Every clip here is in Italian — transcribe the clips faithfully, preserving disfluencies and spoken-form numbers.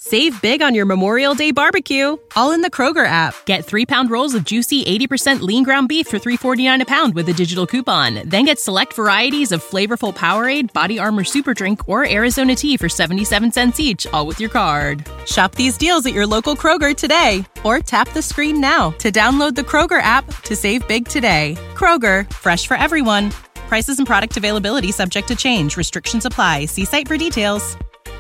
Save big on your Memorial Day barbecue, all in the Kroger app. Get three-pound rolls of juicy eighty percent lean ground beef for three forty-nine a pound with a digital coupon. Then get select varieties of flavorful Powerade, Body Armor Super Drink, or Arizona tea for seventy-seven cents each, all with your card. Shop these deals at your local Kroger today, or tap the screen now to download the Kroger app to save big today. Kroger, fresh for everyone. Prices and product availability subject to change. Restrictions apply. See site for details.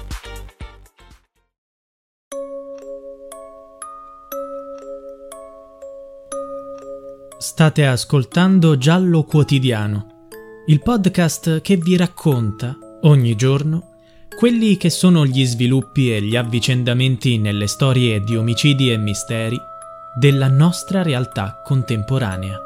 State ascoltando Giallo Quotidiano, il podcast che vi racconta, ogni giorno, quelli che sono gli sviluppi e gli avvicendamenti nelle storie di omicidi e misteri della nostra realtà contemporanea.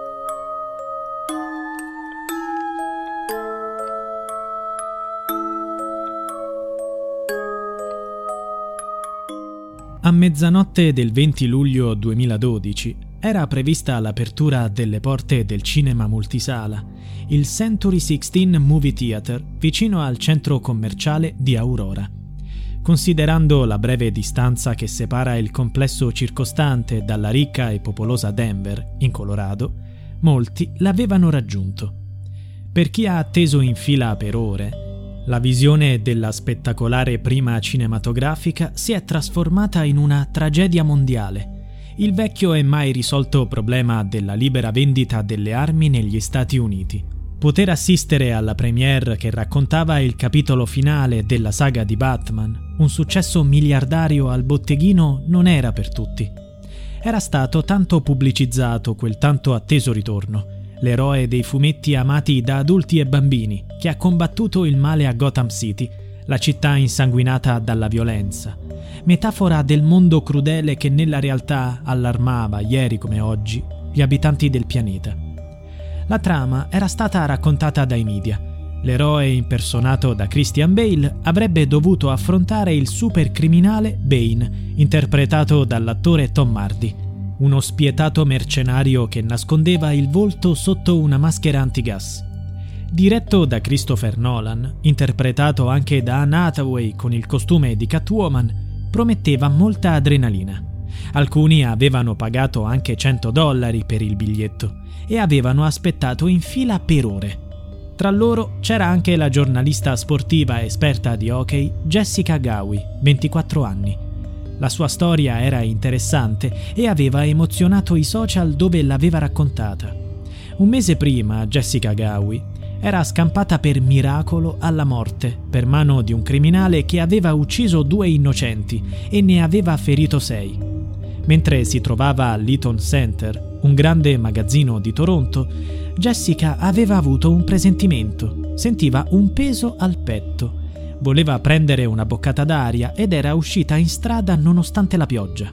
A mezzanotte del venti luglio duemiladodici era prevista l'apertura delle porte del cinema multisala, il Century sedici Movie Theater, vicino al centro commerciale di Aurora. Considerando la breve distanza che separa il complesso circostante dalla ricca e popolosa Denver, in Colorado, molti l'avevano raggiunto. Per chi ha atteso in fila per ore, la visione della spettacolare prima cinematografica si è trasformata in una tragedia mondiale. Il vecchio e mai risolto problema della libera vendita delle armi negli Stati Uniti. Poter assistere alla premiere che raccontava il capitolo finale della saga di Batman, un successo miliardario al botteghino, non era per tutti. Era stato tanto pubblicizzato quel tanto atteso ritorno, l'eroe dei fumetti amati da adulti e bambini, che ha combattuto il male a Gotham City, la città insanguinata dalla violenza, metafora del mondo crudele che nella realtà allarmava, ieri come oggi, gli abitanti del pianeta. La trama era stata raccontata dai media. L'eroe impersonato da Christian Bale avrebbe dovuto affrontare il supercriminale Bane, interpretato dall'attore Tom Hardy, uno spietato mercenario che nascondeva il volto sotto una maschera antigas. Diretto da Christopher Nolan, interpretato anche da Anne Hathaway con il costume di Catwoman, prometteva molta adrenalina. Alcuni avevano pagato anche cento dollari per il biglietto e avevano aspettato in fila per ore. Tra loro c'era anche la giornalista sportiva esperta di hockey Jessica Gawi, ventiquattro anni. La sua storia era interessante e aveva emozionato i social dove l'aveva raccontata. Un mese prima Jessica Gawi era scampata per miracolo alla morte per mano di un criminale che aveva ucciso due innocenti e ne aveva ferito sei. Mentre si trovava all'Eaton Center, un grande magazzino di Toronto, Jessica aveva avuto un presentimento, sentiva un peso al petto, voleva prendere una boccata d'aria ed era uscita in strada nonostante la pioggia.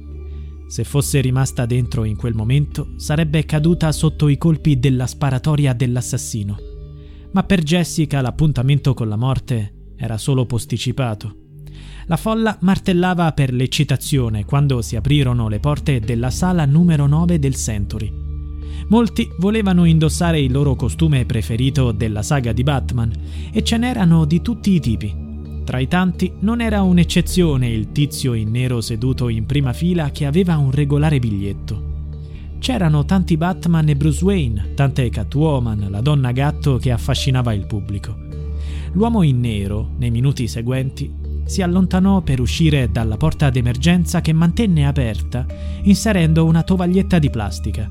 Se fosse rimasta dentro in quel momento, sarebbe caduta sotto i colpi della sparatoria dell'assassino. Ma per Jessica l'appuntamento con la morte era solo posticipato. La folla martellava per l'eccitazione quando si aprirono le porte della sala numero nove del Century. Molti volevano indossare il loro costume preferito della saga di Batman e ce n'erano di tutti i tipi. Tra i tanti non era un'eccezione il tizio in nero seduto in prima fila che aveva un regolare biglietto. C'erano tanti Batman e Bruce Wayne, tante Catwoman, la donna gatto che affascinava il pubblico. L'uomo in nero, nei minuti seguenti, si allontanò per uscire dalla porta d'emergenza che mantenne aperta, inserendo una tovaglietta di plastica.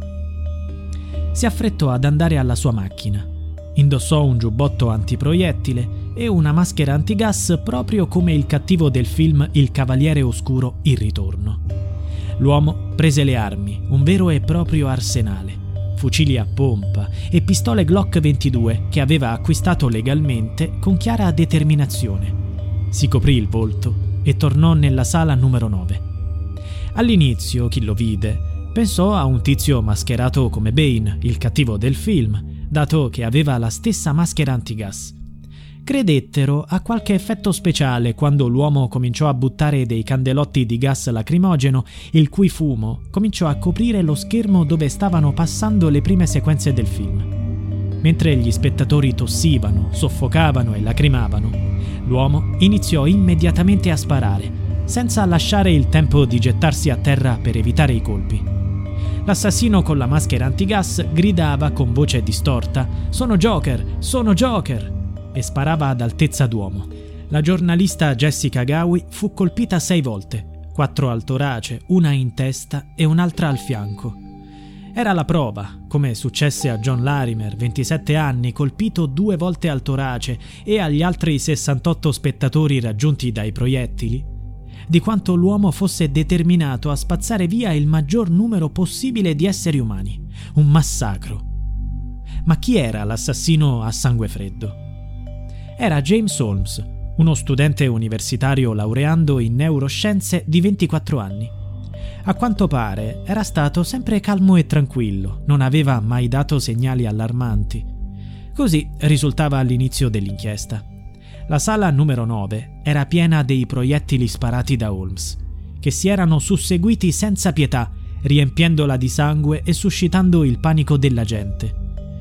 Si affrettò ad andare alla sua macchina. Indossò un giubbotto antiproiettile e una maschera antigas proprio come il cattivo del film Il Cavaliere Oscuro Il Ritorno. L'uomo prese le armi, un vero e proprio arsenale, fucili a pompa e pistole Glock ventidue che aveva acquistato legalmente con chiara determinazione. Si coprì il volto e tornò nella sala numero nove. All'inizio chi lo vide pensò a un tizio mascherato come Bane, il cattivo del film, dato che aveva la stessa maschera antigas. Credettero a qualche effetto speciale quando l'uomo cominciò a buttare dei candelotti di gas lacrimogeno, il cui fumo cominciò a coprire lo schermo dove stavano passando le prime sequenze del film. Mentre gli spettatori tossivano, soffocavano e lacrimavano, l'uomo iniziò immediatamente a sparare, senza lasciare il tempo di gettarsi a terra per evitare i colpi. L'assassino con la maschera antigas gridava con voce distorta: «Sono Joker! Sono Joker!» e sparava ad altezza d'uomo. La giornalista Jessica Gawi fu colpita sei volte, quattro al torace, una in testa e un'altra al fianco. Era la prova, come successe a John Larimer, ventisette anni, colpito due volte al torace, e agli altri sessantotto spettatori raggiunti dai proiettili, di quanto l'uomo fosse determinato a spazzare via il maggior numero possibile di esseri umani. Un massacro. Ma chi era l'assassino a sangue freddo? Era James Holmes, uno studente universitario laureando in neuroscienze di ventiquattro anni. A quanto pare era stato sempre calmo e tranquillo, non aveva mai dato segnali allarmanti. Così risultava all'inizio dell'inchiesta. La sala numero nove era piena dei proiettili sparati da Holmes, che si erano susseguiti senza pietà, riempiendola di sangue e suscitando il panico della gente.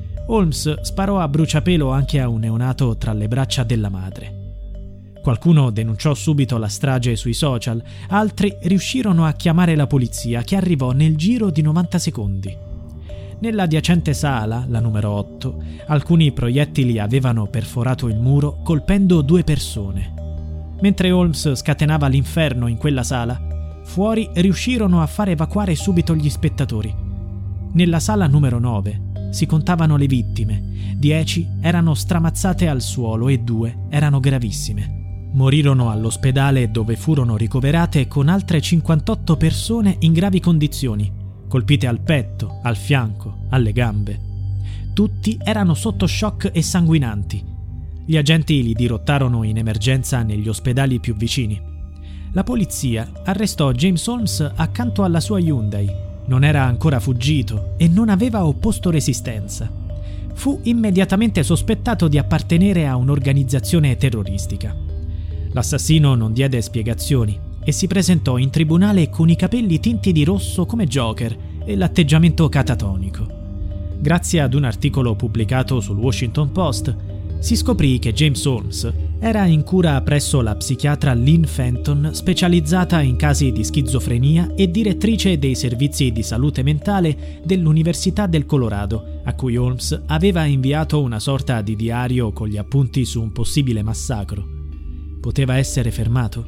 Holmes sparò a bruciapelo anche a un neonato tra le braccia della madre. Qualcuno denunciò subito la strage sui social, altri riuscirono a chiamare la polizia, che arrivò nel giro di novanta secondi. Nell'adiacente sala, la numero otto, alcuni proiettili avevano perforato il muro colpendo due persone. Mentre Holmes scatenava l'inferno in quella sala, fuori riuscirono a far evacuare subito gli spettatori. Nella sala numero nove si contavano le vittime, dieci erano stramazzate al suolo e due erano gravissime. Morirono all'ospedale, dove furono ricoverate con altre cinquantotto persone in gravi condizioni, colpite al petto, al fianco, alle gambe. Tutti erano sotto shock e sanguinanti. Gli agenti li dirottarono in emergenza negli ospedali più vicini. La polizia arrestò James Holmes accanto alla sua Hyundai. Non era ancora fuggito e non aveva opposto resistenza. Fu immediatamente sospettato di appartenere a un'organizzazione terroristica. L'assassino non diede spiegazioni e si presentò in tribunale con i capelli tinti di rosso come Joker e l'atteggiamento catatonico. Grazie ad un articolo pubblicato sul Washington Post, si scoprì che James Holmes era in cura presso la psichiatra Lynn Fenton, specializzata in casi di schizofrenia e direttrice dei servizi di salute mentale dell'Università del Colorado, a cui Holmes aveva inviato una sorta di diario con gli appunti su un possibile massacro. Poteva essere fermato?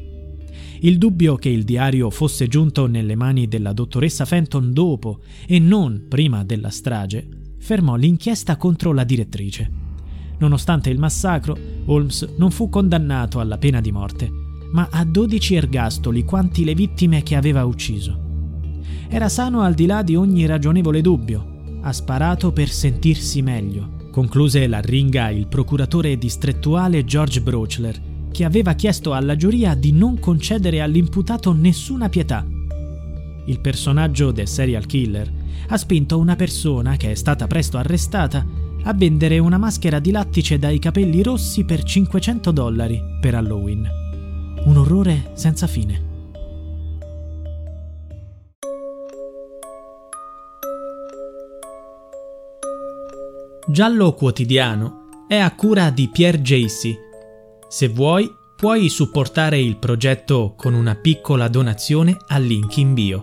Il dubbio che il diario fosse giunto nelle mani della dottoressa Fenton dopo e non prima della strage fermò l'inchiesta contro la direttrice. Nonostante il massacro, Holmes non fu condannato alla pena di morte, ma a dodici ergastoli, quanti le vittime che aveva ucciso. Era sano al di là di ogni ragionevole dubbio. Ha sparato per sentirsi meglio, concluse l'arringa il procuratore distrettuale George Brochler, che aveva chiesto alla giuria di non concedere all'imputato nessuna pietà. Il personaggio del serial killer ha spinto una persona, che è stata presto arrestata, a vendere una maschera di lattice dai capelli rossi per cinquecento dollari per Halloween. Un orrore senza fine. Giallo Quotidiano è a cura di Pierre Jacy. Se vuoi, puoi supportare il progetto con una piccola donazione al link in bio.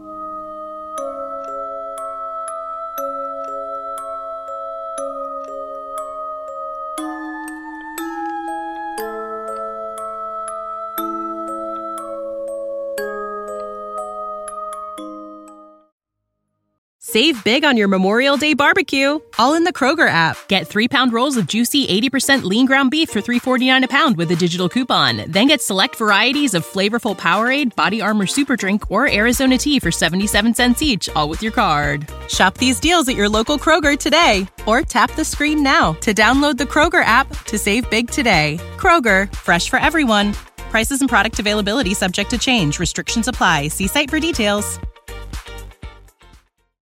Save big on your Memorial Day barbecue, all in the Kroger app. Get three-pound rolls of juicy eighty percent lean ground beef for three forty-nine a pound with a digital coupon. Then get select varieties of flavorful Powerade, Body Armor Super Drink, or Arizona Tea for seventy-seven cents each, all with your card. Shop these deals at your local Kroger today, or tap the screen now to download the Kroger app to save big today. Kroger, fresh for everyone. Prices and product availability subject to change. Restrictions apply. See site for details.